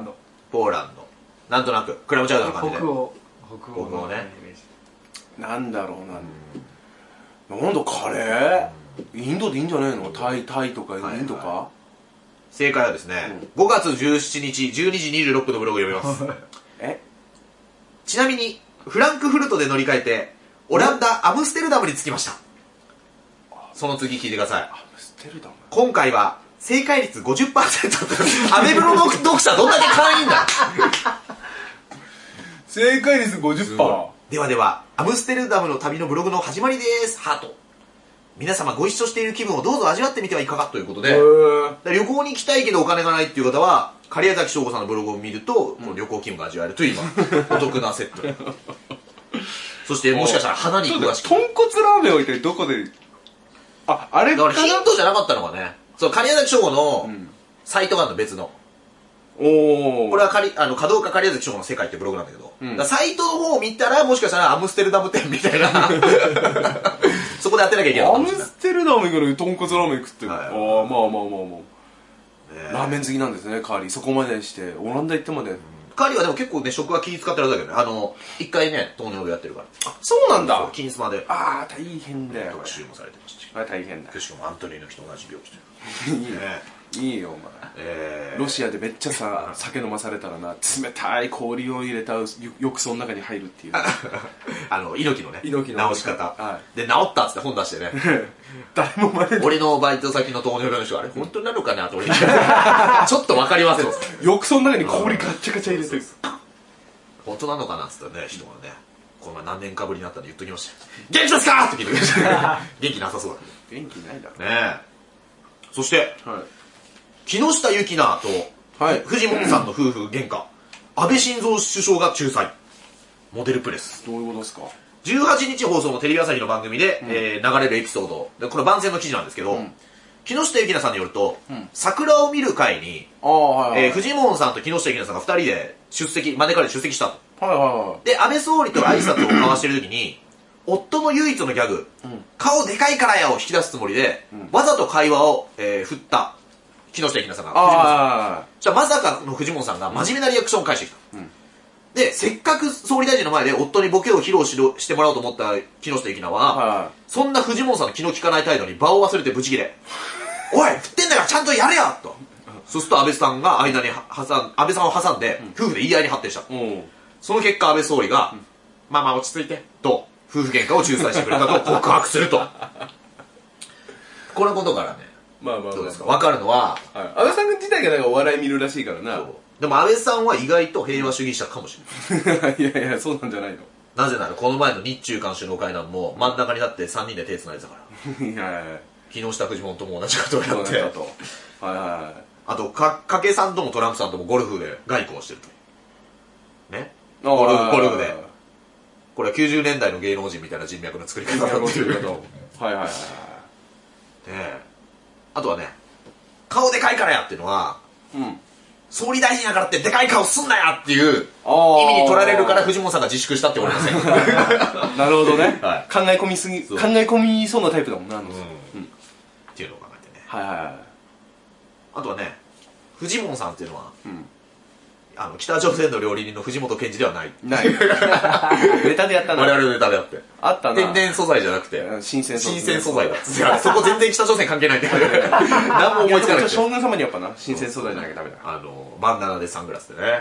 ポーランド。なんとなく、クラムチャウダーの感じで。 北欧。北欧の北欧ね。 なんだろうな、なんだカレー、インドでいいんじゃないの？タイ、タイとかインドか、はいはい、 正解はですね、うん、ごがつじゅうしちにちじゅうにじにじゅうろっぷんのブログを読みます。えちなみに、フランクフルトで乗り換えて、オランダ、アムステルダムに着きました。その次聞いてください。 アムステルダム今回は、正解率 ごじゅっパーセント アメブロの読者どんだけ会員だ正解率 ごじゅっパーセント。 ではでは、アムステルダムの旅のブログの始まりです。ハート。皆様ご一緒している気分をどうぞ味わってみてはいかがということで、旅行に行きたいけどお金がないっていう方は、狩矢崎翔吾さんのブログを見ると、この旅行気分が味わえるという今、お得なセット。そしてもしかしたら花に詳しく。 豚骨ラーメンを一体どこで、あ、あれだからヒントじゃなかったのがね、そう、狩矢崎翔吾のサイトがあるの別の。おこれはかりあの華道家狩矢崎翔吾の世界ってブログなんだけど、うん、だサイトの方を見たらもしかしたらアムステルダム店みたいなそこで当てなきゃいけない。 アムステルダム行くのに豚骨ラーメン食ってる、はい、ああまあまあまあまあ、ラーメン好きなんですねカーリー。そこまでしてオランダ行ってまで、うん、 カーリーはでも結構ね食は気使ってるんだけどね、あの一回ね糖尿病やってるから。 あそうなんだ。 金スマでああ大変だよ。 特集もされてましたし、 あ大変だ。 しかもアントニーの人と同じ病気でいいねいいよお前、えー、ロシアでめっちゃさ酒飲まされたらな冷たい氷を入れた浴槽の中に入るっていうあの猪木のね猪木の治し方、 はい、 で治ったっつって本出してね誰も真似俺のバイト先の糖尿病の人はあれ本当になるかなと俺ちょっと分かりません浴槽の中に氷ガッチャガチャ入れてる本当なのかなっつったらね人がねこの前何年かぶりになったんで言っときました元気ですかって聞いてきました元気なさそうだ元気ないだろねえ。そして、はい、木下ゆきなと、はい、藤本さんの夫婦喧嘩、安倍晋三首相が仲裁、モデルプレス。 どういうことですか？ じゅうはちにち放送のテレビ朝日の番組で、うんえー、流れるエピソードで、これ番宣の記事なんですけど、うん、木下ゆきなさんによると、うん、桜を見る会に、あ、はいはいえー、藤本さんと木下ゆきなさんがふたりで出席、招かれて出席したと。はいはいはい、で、安倍総理と挨拶を交わしてるときに、夫の唯一のギャグ、うん、顔でかいからやを引き出すつもりで、うん、わざと会話を、えー、振った木下ゆきなさんが藤本さん。じゃあまさかの藤本さんが真面目なリアクションを返してきた。うん、で、せっかく総理大臣の前で夫にボケを披露しろしてもらおうと思った木下ゆきなは、はい、そんな藤本さんの気の利かない態度に場を忘れてブチギレ。おい振ってんだからちゃんとやれよと。そうすると安倍さんが間に挟ん、安倍さんを挟んで、夫婦で言い合いに発展した。うん、その結果安倍総理が、うん、まあまあ落ち着いて、と、夫婦喧嘩を仲裁してくれたと告白すると。このことからね、 まあまあまあ、 どうですか分かるのは、 はい、安倍さん自体がなんかお笑い見るらしいからな。 でも安倍さんは意外と平和主義者かもしれない。 いやいや、そうなんじゃないの。なぜなら、この前の日中韓首脳会談も真ん中になってさんにんで手繋いでたから。いやいや木下藤本とも同じことをやって。はいはい。あと、か、かけさんともトランプさんともゴルフで外交をしてると。ね。ゴルフ、ゴルフで。これはきゅうじゅうねんだいの芸能人みたいな人脈の作り方だっていうことはいはいはい。で、あとはね、顔でかいからやっていうのは、うん、総理大臣やからってでかい顔すんなやっていう意味に取られるから藤本さんが自粛したって言われません。 なるほどね。はい、考え込みすぎ、考え込みそうなタイプだもんな、あの、うんうん、 っていうのを考えてね。 はいはいはい。 あとはね、藤本さんっていうのは、うんあの北朝鮮の料理人の藤本健二ではない。 ない。ネタでやったな。 我々のネタであって。 あったな。 天然素材じゃなくて、 新鮮新鮮素材だ。そこ全然北朝鮮関係ないんだけど。何も思いつかなくて。 将軍様にやっぱな、新鮮素材じゃなきゃダメだ。 あの、バンダナでサングラスでね。ね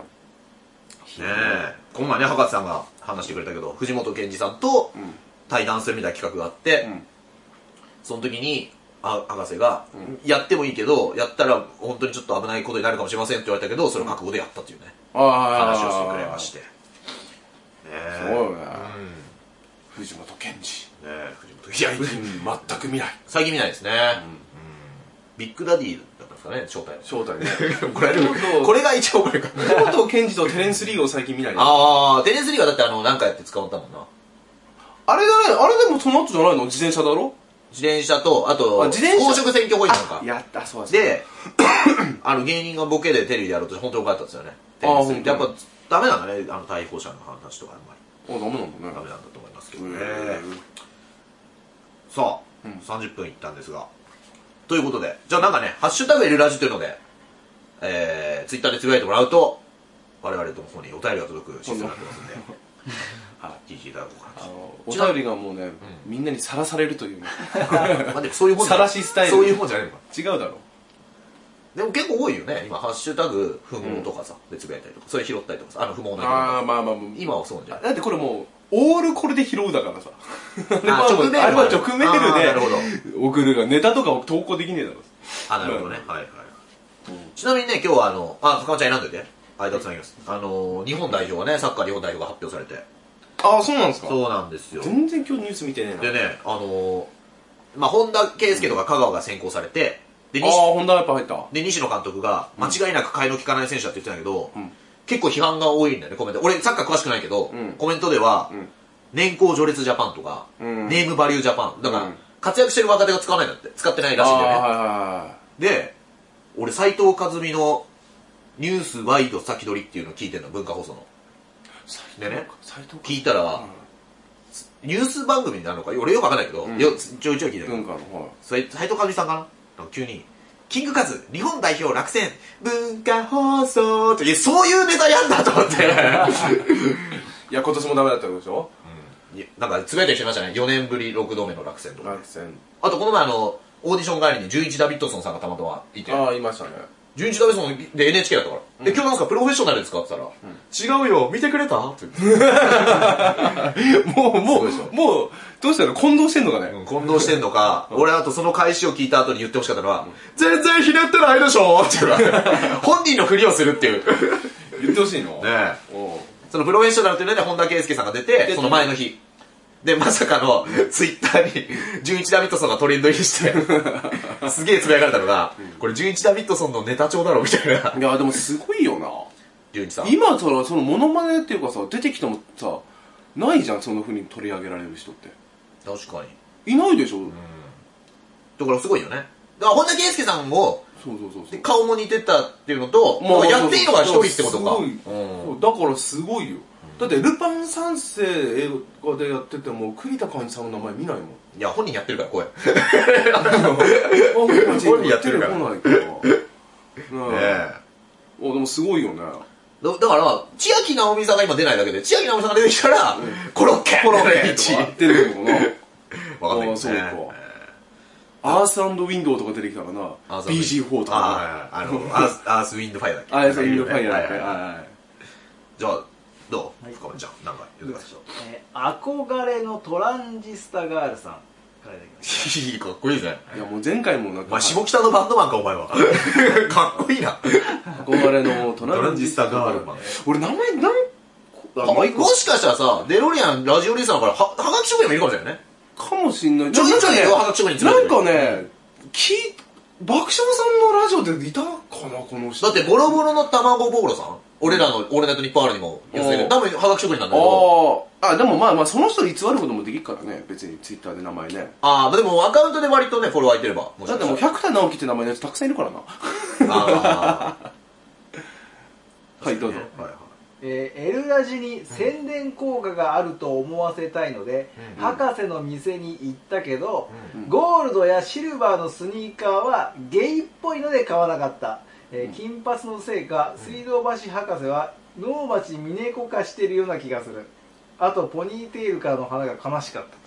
え。この前ね、博士さんが話してくれたけど、藤本健二さんと対談するみたいな企画があって、その時に、博士が、うん、やってもいいけどやったら本当にちょっと危ないことになるかもしれませんって言われたけどそれを覚悟でやったっていうね、うん、話をしてくれまして、ね、 すごいね、うん、藤本健二、 ね、藤本健二、 うん、全く見ない最近見ないですね、うんうん、ビッグダディだったんですかね正体正体ねこれこれが一応これか藤本健二とテレンス・リーを最近見ない、ね、 ああテレンス・リーはだってあの何かやって捕まったもんなあれだねあれでもその後じゃないの自転車だろ自転車と、あと、 あ自転車公職選挙法員なんか。 やった、そうですで、あの芸人がボケでテレビでやろうと本当によかったですよね。ああ、やっぱダメなんだね、あの対抗者の話とかあんまり。あ、ダメなんだね。 ダメなんだと思いますけどね。さあ、うん、さんじゅっぷんいったんですが。ということで、じゃあなんかね、ハッシュタグエルラジというので、えー、ツイッターでつぶやいてもらうと、 我々ともここにお便りが届くシステムになってますんで聞いていただこうかな。 お便りがもうねみんなにさらされるというねそういう本さらしスタイルそういう本じゃないのか。 違うだろでも結構多いよね今ハッシュタグ不毛とかさでつぶやいたりとかそれ拾ったりとかさあの不毛のああまあまあ今はそうなんじゃない。 だってこれもうオールこれで拾うだからさあ直メールあれは直メーほどルで送るがネタとかを投稿できねえだろ。 あなるほどねはいはい。ちなみにね今日はあのあ深間ちゃん選んでて間つなぎますあの日本代表はねサッカー日本代表が発表されて。 ああそうなんですか。 そうなんですよ。 全然今日ニュース見てねえな。 でねあのまあ本田圭佑とか香川が選考されてでああ本田やっぱ入ったで西野監督が間違いなく替えの利かない選手だって言ってたんだけど、うん、結構批判が多いんだよねコメント。俺サッカー詳しくないけど、うん、コメントでは、うん、年功序列ジャパンとか、うん、ネームバリュージャパンだから、うん、活躍してる若手が使わないんだって使ってないらしいんだよね。はいはいはい、で俺斉藤和美のニュースワイド先取りっていうのを聞いてるの文化放送のでね聞いたら、うんニュース番組になるのか俺よくわかんないけど、うん、よちょいちょい聞いてる文化の方斉藤和美さんかな急にキングカズ日本代表落選文化放送ってそういうネタやんだと思っていや今年もダメだったでしょ、 うん、なんかつぶやいてきてましたねよねんぶりろくどめの落選とか落選あとこの前あのオーディション帰りにじゅんいちダビッドソンさんがたまたまいてああいましたねじゅういちダビッドソンで エヌエイチケー だったから、うん、で今日なんすかプロフェッショナルですかって言ったら、うん、違うよ見てくれたってもうもうもうどうしたの混同してんのかね、 うん、混同してんのか、うん、俺あとその返しを聞いた後に言ってほしかったのは、うん、全然ひねってないでしょって本人のふりをするっていう言ってほしいのねえそのプロフェッショナルっていうので本田圭佑さんが出てその前の日でまさかのツイッターにじゅういちダビッドソンがトレンド入りしてすげえつぶやかれたのが、うん、これじゅういちダビッドソンのネタ帳だろみたいな。 いやでもすごいよなじゅういちさん今そのそのモノマネっていうかさ出てきてもさないじゃんその風に取り上げられる人って確かにいないでしょ、うん、 だからすごいよね。だから本田圭佑さんもそうそうそうそう顔も似てたっていうのと、まあ、やっていいのが一人ってことか。 うん、だからすごいよ。だってルパン三世映画でやってても栗田貫一さんの名前見ないもん。 いや本人やってるから声本人やってるからねえおでもすごいよね。 だ, だから千秋直美さんが今出ないだけで千秋直美さんが出てきたら、うん、コロッケコロッケって言ってるのかな分かんないですね。 アース&ウィンドウとか出てきたらな ビージーフォー とかあのアースアースウィンドファイアだっけアースウィンドファイアだっけじゃあどう深めちゃんなんか言ってください。憧れのトランジスタガールさんからいただきました。かっこいいですね。 いやもう前回もなんかまあ下北のバンドマンかお前はかっこいいな。 憧れのトランジスタガールマン。俺名前なんもしかしたらさデロリアンラジオリスナーからははがき職人もいるかもしれないね。 かもしんない。 ちょいちょいはがき職人なんかねき爆笑さんのラジオでいたかなこの人。 だってボロボロの卵ボーロさん俺らの「オールナイトニッポンある」にも寄せる多分はがき職人なんだけどああでもまあまあその人偽ることもできるからね別にツイッターで名前ねああでもアカウントで割とねフォロワーいてればだってもう百田直樹って名前のやつたくさんいるからなああはいどうぞはいえー、エルラジに宣伝効果があると思わせたいので、うん、博士の店に行ったけど、うん、ゴールドやシルバーのスニーカーはゲイっぽいので買わなかった、えー、金髪のせいか水道橋博士は能町みね子化してるような気がする。あとポニーテールからの花が悲しかったと。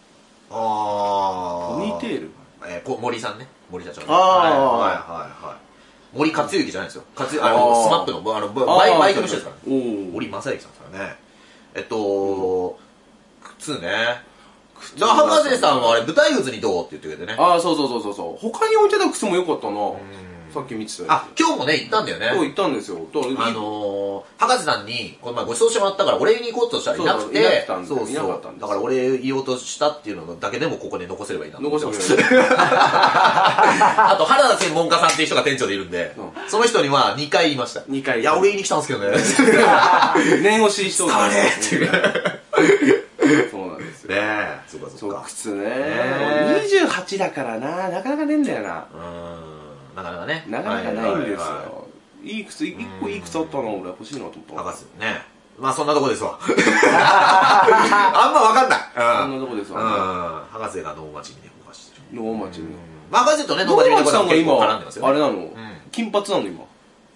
ああポニーテール、 えー、森さんね森社長ねああはいはいはいはい森克行じゃないですよ。克あのスマップのあのバイバイクの人ですからね。森正行さんですからね。えっと靴ね。だから博士さんはあれ舞台靴にどうって言ってくれてね。 ああそうそうそうそうそう。他に置いてた靴も良かったな。さっき見てたよ。 あ今日もね行ったんだよね。 そう行ったんですよ。 あの博士さんにこの前ご馳走してもらったからお礼に行こうとしたらいなくて、そうそうだからお礼言おうとしたっていうのだけでもここで残せればいいな。 残してくれ。 あと原田専門家さんっていう人が店長でいるんで、その人にはにかい言いました。 にかい。 いやお礼に来たんですけどね。 念押ししとる。 あれっていう。 そうなんですよ。 ねえ。そうかそうか。 靴ね。にじゅうはちだからななかなかねえんだよな。 なかなかねなかなかないんですよ。いい靴いっこいい靴あったの俺欲しいなと思った。 博士ね。まあそんなとこですわ。あんま分かんない。 そんなとこですわ。 博士が能町みね子がしてる。 能町ね。 博士とね能町みね子さんが結構絡んでますよ。 あれなの金髪なの今。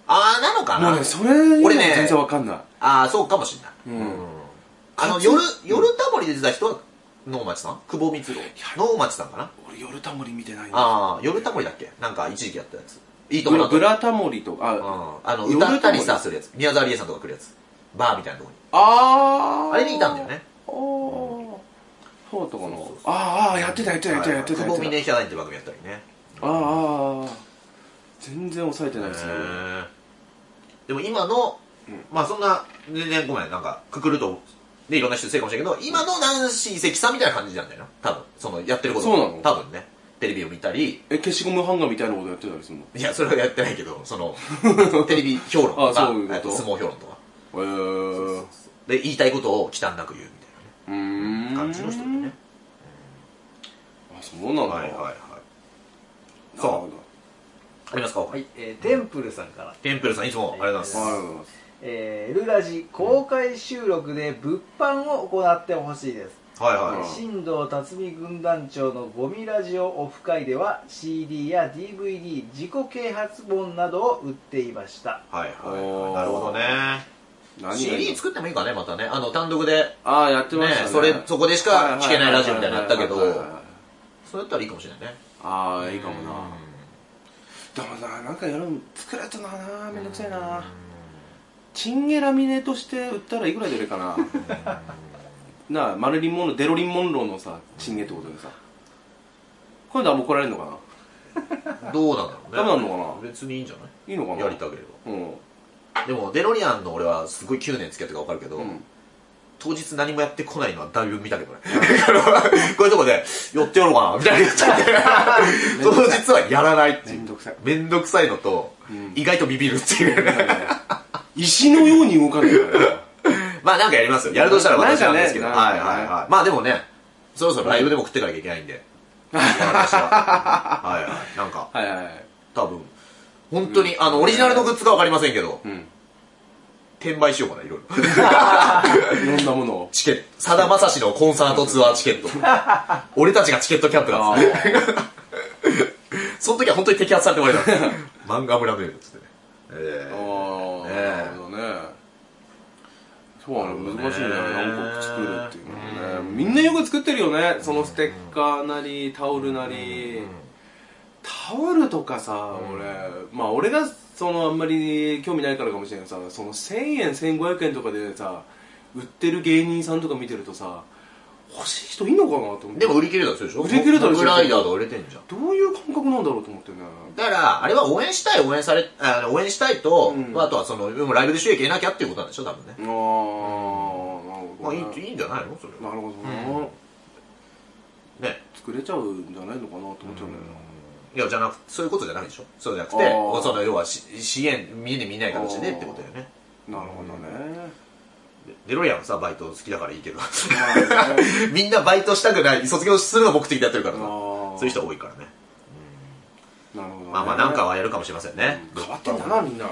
あー、なのかな。 もうね、それ、 俺ね、 全然わかんない。 あー、そうかもしれない。 うん。 あの、夜、夜タモリで出た人は、能町さん久保光郎。能町さんかな。 俺、夜タモリ見てないんだ。 あー、夜タモリだっけなんか一時期やったやつ。いいところブラタモリとか、 あ、あの、歌ったりさ、するやつ。宮沢りえさんとか来るやつ。バーみたいなとこに。 あー。 あれにいたんだよね。 あー。そうとかの。あーあー、やってたやってたやってたやってた。 久保峰ヒャダインって番組やったりね。 あーあー。全然抑えてないですね。 でも今の、まあそんな、全然ごめん、なんか、くくると、でいろんな人せいかもしれないけど、今のナンシー関さんみたいな感じなんだよな。多分。その、やってること。 そうなの？ 多分ね。テレビを見たり。 え、消しゴムハンガーみたいなことやってたりするの？ いや、それはやってないけど、その、テレビ評論とか、 あ、そういうこと。 相撲評論とか。 へー。 で、言いたいことを忌憚なく言うみたいなね。 うーん。 感じの人でね。 あ、そうなんだ。 はいはいはい。 そう。 ありますか？ はい、えー、テンプルさんから。 テンプルさんいつもありがとうございます。 ありがとうございます。 えー、エルラジ公開収録で物販を行ってほしいです。 はいはい。 新藤辰巳軍団長のゴミラジオオフ会では シーディー や ディーブイディー 自己啓発本などを売っていました。 はいはいはい。なるほどね。 何シーディー 作ってもいいかね、またね。あの、単独で。 ああ、やってましたね。 それ、そこでしか聞けないラジオみたいなのやったけど、 はいはいはいはいそうやったらいいかもしれないね。 ああ、いいかもな。でもな、なんかやるの作れたな、めんどくさいな。チンゲラミネとして売ったらいくらで売れるかな。なあ、マルリン・モンロー、デロリン・モンローのさ、チンゲってことでさ。今度はもう来られるのかな。 どうなんだろうね。 ダメなのかな。 別にいいんじゃないいいのかな。 やりたければ。 うん。 でも、デロリアンの俺はすごいきゅうねん付き合ってか分かるけど、 うん、 当日何もやってこないのはだいぶ見たけどね。こういうとこで、寄ってやろうかな、みたいな言っちゃって。当日はやらないっていう。 めんどくさい。 めんどくさいのと、うん、意外とビビるっていう。 石のように動かないから。 まあなんかやりますよ。やるとしたら私なんですけど。 ね、 はいはいはい。まあでもね、そろそろライブでも食ってかなきゃいけないんで。私は。はいはい。なんか、 はいはい。 多分、本当に、あの、オリジナルのグッズかわかりませんけど、 うん、 転売しようかな、いろいろ。いろんなものを。 チケット。さだまさしのコンサートツアーチケット。俺たちがチケットキャンプなんですね。その時は本当に摘発されてもらえた。漫画村メールっつってね。えー、ああ、なるほどね。そうなの、難しいね。何個作るっていうのはね。みんなよく作ってるよね。そのステッカーなり、タオルなり。タオルとかさ、俺、まあ俺がそのあんまり興味ないからかもしれないけどさ、そのせんえん、せんごひゃくえんとかでさ、売ってる芸人さんとか見てるとさ、欲しい人いんのかなと思って。 でも売り切れたでしょ。 売り切れたでしょ。 モグライダーが売れてんじゃん。 どういう感覚なんだろうと思ってね。 だから、あれは応援したい、応援され、あ応援したいと、うん、あとはその、ライブで収益得なきゃっていうことなんでしょ、多分ね。ああ、なるほど、ね。まあいい、いいんじゃないのそれは。 なるほどな、うん。 ね。 作れちゃうんじゃないのかなと思っちゃうんだよな。 いや、じゃなくそういうことじゃないでしょ。そうじゃなくて、その要は支援、見に見ない形でってことだよね。 なるほどね。 デロリアンはさ、バイト好きだからいいけど。みんなバイトしたくない、卒業するの目的でやってるからさ。そういう人多いからね。 なるほど、ね。 まあまあ、なんかはやるかもしれませんね。 変わってんだな、みんな。うん。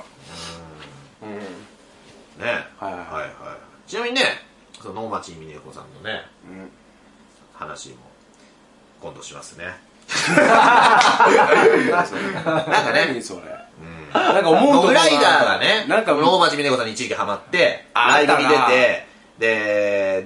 ねはいはいはい。ちなみにね、その能町みね子さんのね、話も今度しますね。なんかね、 それ。なんか思うとモグライダーがね、なんか能町みね子さんに一時期ハマって、ライブに出て、で、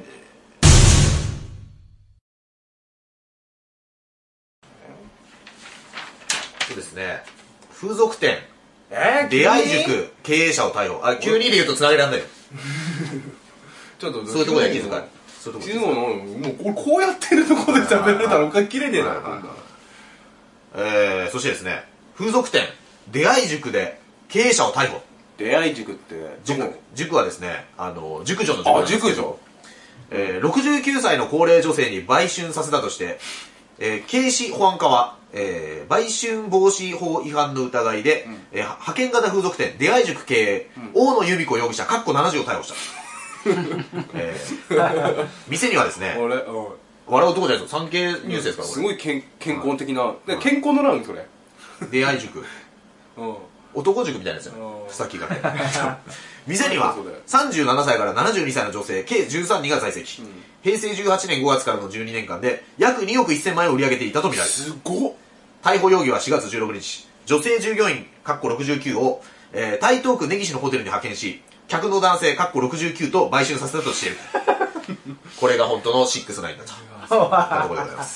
そうですね、風俗店、 えー、 出会い塾経営者を逮捕。あ、急にで言うと繋げらんないよ。ちょっとそういうところで気遣い。 そういうところで。もうこれこうやってるところで喋られたらおかきれねえな。 えー、そしてですね、風俗店、出会い塾で経営者を逮捕。 出会い塾って塾、塾はですね、あの、熟女の塾なんですけど。 あ、熟女。 えー、ろくじゅうきゅうさいの高齢女性に売春させたとして、えー、警視保安課は、えー、売春防止法違反の疑いで、うん、えー、派遣型風俗店、出会い塾経営、うん、大野由美子容疑者、かっこななじゅうを逮捕した。えー、店にはですね、笑うとこじゃないですよ。産経ニュースですから、これ。 すごい健健康的な。健康の欄それ。 出会い塾。男塾みたいなやつよ。先がね。店には、さんじゅうななさいからななじゅうにさいの女性、計じゅうさんにんが在籍。へいせいじゅうはちねんごがつからのじゅうにねんかんで、約におくせんまん円を売り上げていたとみられる。 すごっ。 逮捕容疑はしがつじゅうろくにち。女性従業員、かっころくじゅうきゅうを、 えー、台東区根岸のホテルに派遣し、客の男性、かっころくじゅうきゅうと売春させたとしている。これが本当のろくじゅうきゅうだと。ところでございます。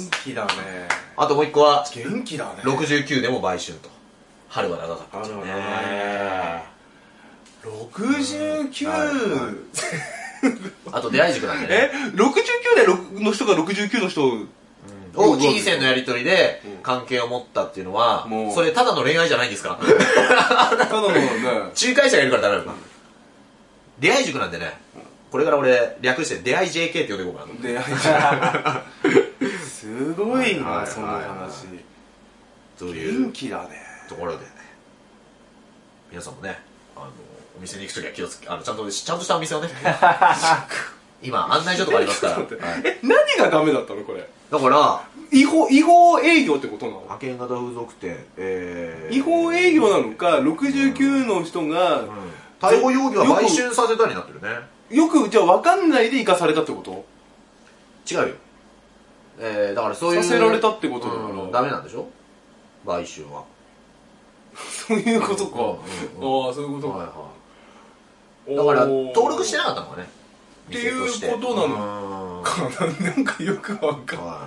元気だね。 あともう一個は、 元気だね。 ろくじゅうきゅうでも売春と。春は長かったですね。 ろくじゅうきゅう、 あと出会い塾なんでね。 え、ろくじゅうきゅう代の人がろくじゅうきゅうの人を金銭のやり取りで関係を持ったっていうのは、それただの恋愛じゃないんですか。 ただのね、 仲介者がいるからダメなのか。出会い塾なんでね、これから俺略して出会い ジェーケー って呼んでいこうかな。 出会い塾。すごいな、その話。 という元気だね。 ところでね、皆さんもね、あのお店に行くときは気をつけ、あのちゃんとちゃんとしたお店をね。今案内所とかありますから。 え、何がダメだったのこれ。 だから違法違法営業ってことなの？ 派遣型風俗店、えー、違法営業なのか、ろくじゅうきゅうの人が、うん、 逮捕容疑は売春させたになってるね。 よくじゃあ分かんないで生かされたってこと？ 違うよ。えー、だからそういうさせられたってことだから、 うん、ダメなんでしょ、売春は。 そういうことか。ああ、そういうことか。はいはい、だから登録してなかったのかねっていうことなのかな。なんかよくわかんない。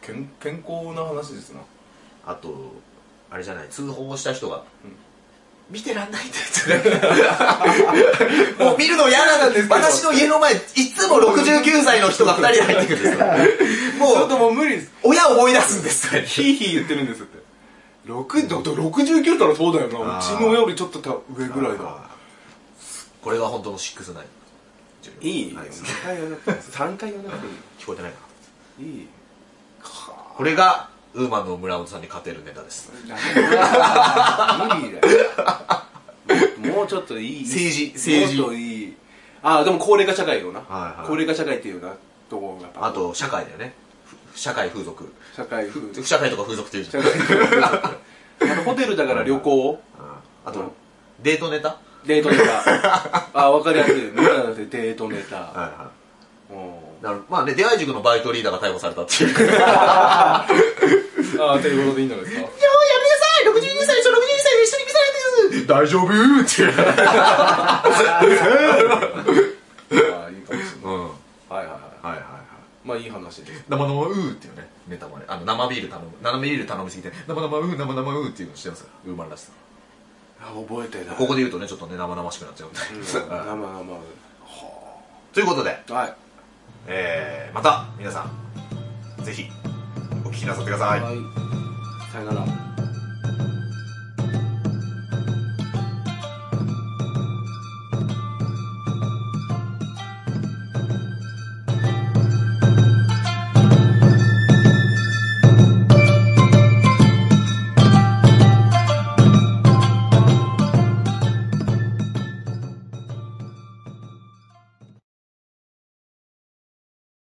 健健康な話ですな。 あとあれじゃない、通報した人が、うん、見てらんないって言ってもう見るの嫌なんですけど、私の家の前いつもろくじゅうきゅうさいの人がふたりで入ってくるんですよ。もうちょっともう無理です。 親を思い出すんです。 ヒーヒー言ってるんですって。ろくだってろくじゅうきゅうったらそうだよな。うちの親よりちょっと上ぐらいだ。 これが本当のろくじゅうきゅう。 いい、さんかい言わなくていい。 聞こえてないかな。いい。 これがウーマンの村本さんに勝てるネタです。 無理だよ。もうちょっといい。 政治政治もっといい。ああ、でも高齢化社会よな、はいはい、高齢化社会っていうなところが、 あと社会だよね。社会風俗、 社会風俗、社会とか風俗っていうじゃん。 あのホテルだから旅行、はいはい、 あとデートネタ、 デートネタ。あ、分かりやすい。デートネタ。はいはい。 だからまあね、出会い塾のバイトリーダーが逮捕されたっていう。 ああ、ということでいいんじゃないですか。 いや、やめなさい、ろくじゅうにさい、ろくじゅうにさいで一緒に見されてる。大丈夫っていう。 ああ、いいかもしれない。うん。はいはいはい。はいはいはい。まあいい話です。 生々うーっていうね、ネタもね、あの生ビール頼む、生ビール頼みすぎて、生々うー、生々うーっていうのしてますよ、ウーマンらしさ。 覚えてない。 ここで言うとね、ちょっとね、生々しくなっちゃうんで。 生々う。 ということで、 はい。 えー、また皆さんぜひお聞きなさってください。 はい、さよなら。